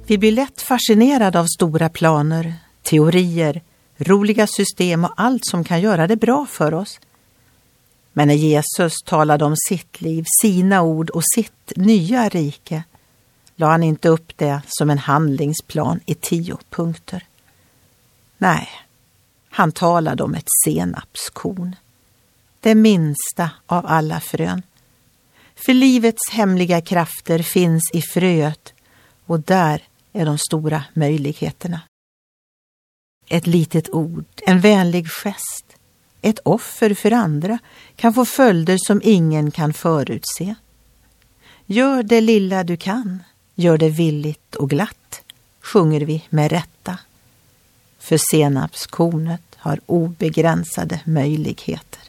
Vi blir lätt fascinerade av stora planer, teorier, roliga system och allt som kan göra det bra för oss. Men när Jesus talade om sitt liv, sina ord och sitt nya rike, la han inte upp det som en handlingsplan i 10 punkter. Nej, han talade om ett senapskorn. Det minsta av alla frön. För livets hemliga krafter finns i fröet och där är de stora möjligheterna. Ett litet ord, en vänlig gest, ett offer för andra kan få följder som ingen kan förutse. Gör det lilla du kan, gör det villigt och glatt, sjunger vi med rätta. För senapskornet har obegränsade möjligheter.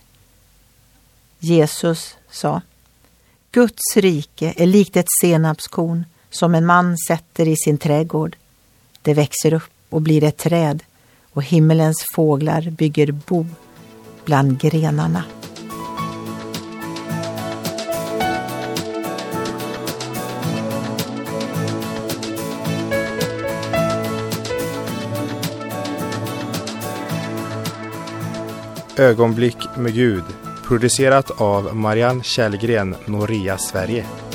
Jesus sa: Guds rike är likt ett senapskorn som en man sätter i sin trädgård. Det växer upp och blir ett träd och himmelens fåglar bygger bo bland grenarna. Ögonblick med Gud, producerat av Marianne Källgren, Noria, Sverige.